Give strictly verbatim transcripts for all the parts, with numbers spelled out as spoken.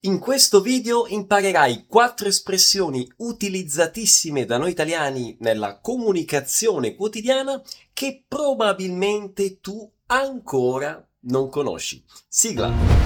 In questo video imparerai quattro espressioni utilizzatissime da noi italiani nella comunicazione quotidiana che probabilmente tu ancora non conosci. Sigla!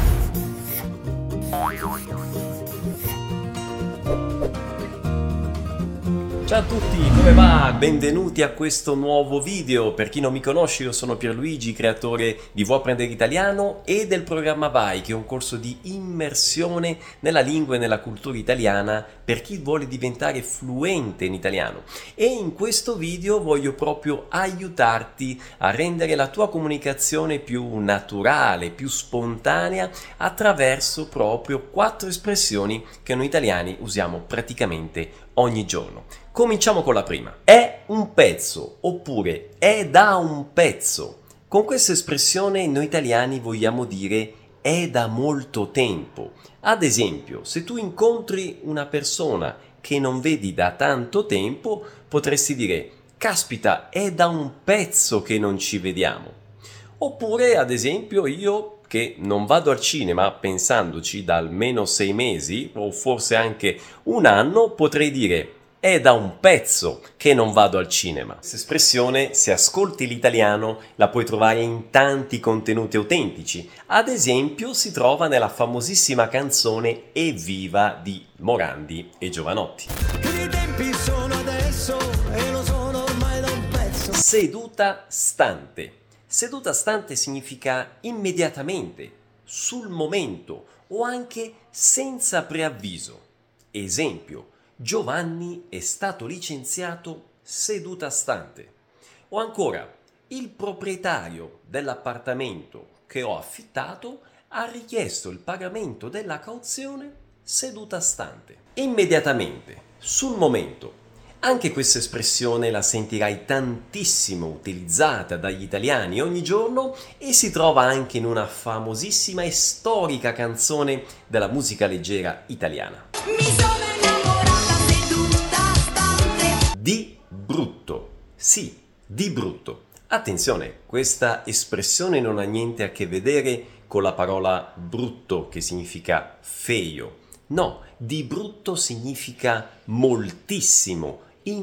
Ciao a tutti, come va? Benvenuti a questo nuovo video. Per chi non mi conosce, io sono Pierluigi, creatore di Vuoi Apprendere Italiano e del programma Vai, che è un corso di immersione nella lingua e nella cultura italiana per chi vuole diventare fluente in italiano. E in questo video voglio proprio aiutarti a rendere la tua comunicazione più naturale, più spontanea, attraverso proprio quattro espressioni che noi italiani usiamo praticamente ogni giorno. Cominciamo con la prima. È un pezzo oppure è da un pezzo. Con questa espressione noi italiani vogliamo dire è da molto tempo. Ad esempio, se tu incontri una persona che non vedi da tanto tempo, potresti dire caspita, è da un pezzo che non ci vediamo. Oppure, ad esempio, io che non vado al cinema pensandoci da almeno sei mesi o forse anche un anno, potrei dire è da un pezzo che non vado al cinema. Questa espressione, se ascolti l'italiano, la puoi trovare in tanti contenuti autentici. Ad esempio, si trova nella famosissima canzone Evviva di Morandi e Giovanotti. I tempi sono adesso e lo sono ormai da un pezzo. Seduta stante. Seduta stante significa immediatamente, sul momento o anche senza preavviso. Esempio, Giovanni è stato licenziato seduta stante. O ancora, il proprietario dell'appartamento che ho affittato ha richiesto il pagamento della cauzione seduta stante. Immediatamente, sul momento. Anche questa espressione la sentirai tantissimo utilizzata dagli italiani ogni giorno e si trova anche in una famosissima e storica canzone della musica leggera italiana. Mi sono innamorata seduta stante. Di brutto. Sì, di brutto. Attenzione, questa espressione non ha niente a che vedere con la parola brutto, che significa feio. No, di brutto significa moltissimo,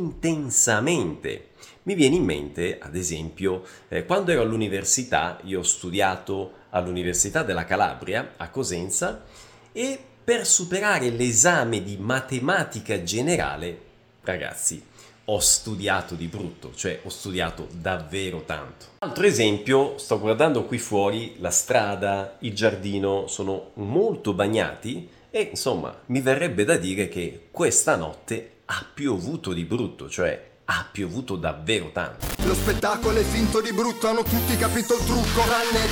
intensamente. Mi viene in mente, ad esempio, eh, quando ero all'università, io ho studiato all'Università della Calabria, a Cosenza, e per superare l'esame di matematica generale, ragazzi, ho studiato di brutto, cioè ho studiato davvero tanto. Altro esempio, sto guardando qui fuori, la strada, il giardino sono molto bagnati e insomma mi verrebbe da dire che questa notte ha piovuto di brutto, cioè ha piovuto davvero tanto. Lo spettacolo è finto di brutto, hanno tutti capito il trucco, tranne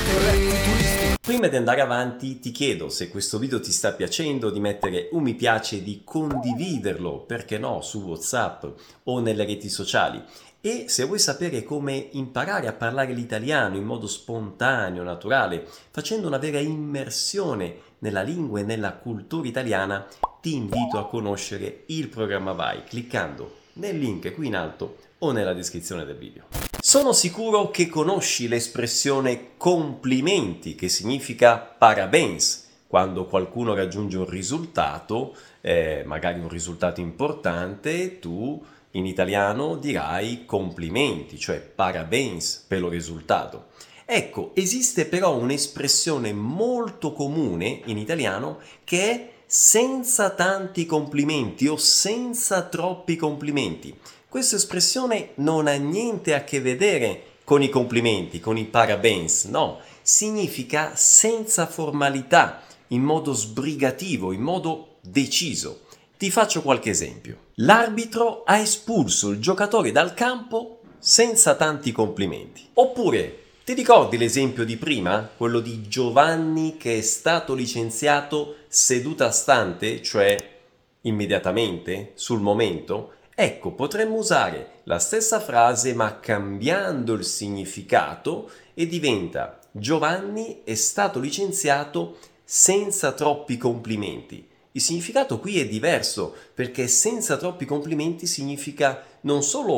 te. Prima di andare avanti ti chiedo, se questo video ti sta piacendo, di mettere un mi piace e di condividerlo, perché no, su WhatsApp o nelle reti sociali. E se vuoi sapere come imparare a parlare l'italiano in modo spontaneo, naturale, facendo una vera immersione nella lingua e nella cultura italiana, ti invito a conoscere il programma Vai cliccando nel link qui in alto o nella descrizione del video. Sono sicuro che conosci l'espressione complimenti, che significa parabéns, quando qualcuno raggiunge un risultato, eh, magari un risultato importante, tu in italiano dirai complimenti, cioè parabéns per il risultato. Ecco, esiste però un'espressione molto comune in italiano che è senza tanti complimenti o senza troppi complimenti. Questa espressione non ha niente a che vedere con i complimenti, con i parabéns, no, significa senza formalità, in modo sbrigativo, in modo deciso. Ti faccio qualche esempio. L'arbitro ha espulso il giocatore dal campo senza tanti complimenti. Oppure, ti ricordi l'esempio di prima? Quello di Giovanni che è stato licenziato seduta stante, cioè immediatamente, sul momento? Ecco, potremmo usare la stessa frase ma cambiando il significato e diventa Giovanni è stato licenziato senza troppi complimenti. Il significato qui è diverso perché senza troppi complimenti significa non solo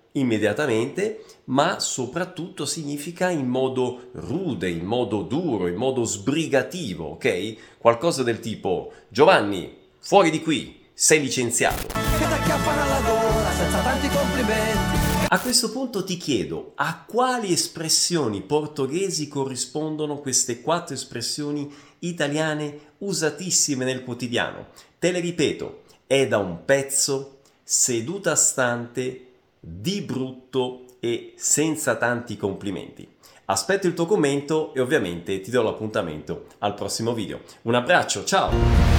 immediatamente, ma soprattutto significa in modo rude, in modo duro, in modo sbrigativo, ok? Qualcosa del tipo: Giovanni, fuori di qui, sei licenziato. Che t'acchiappano alla gola senza tanti complimenti. A questo punto ti chiedo, a quali espressioni portoghesi corrispondono queste quattro espressioni italiane usatissime nel quotidiano? Te le ripeto: è da un pezzo, seduta stante, di brutto e senza tanti complimenti. Aspetto il tuo commento e ovviamente ti do l'appuntamento al prossimo video. Un abbraccio, ciao!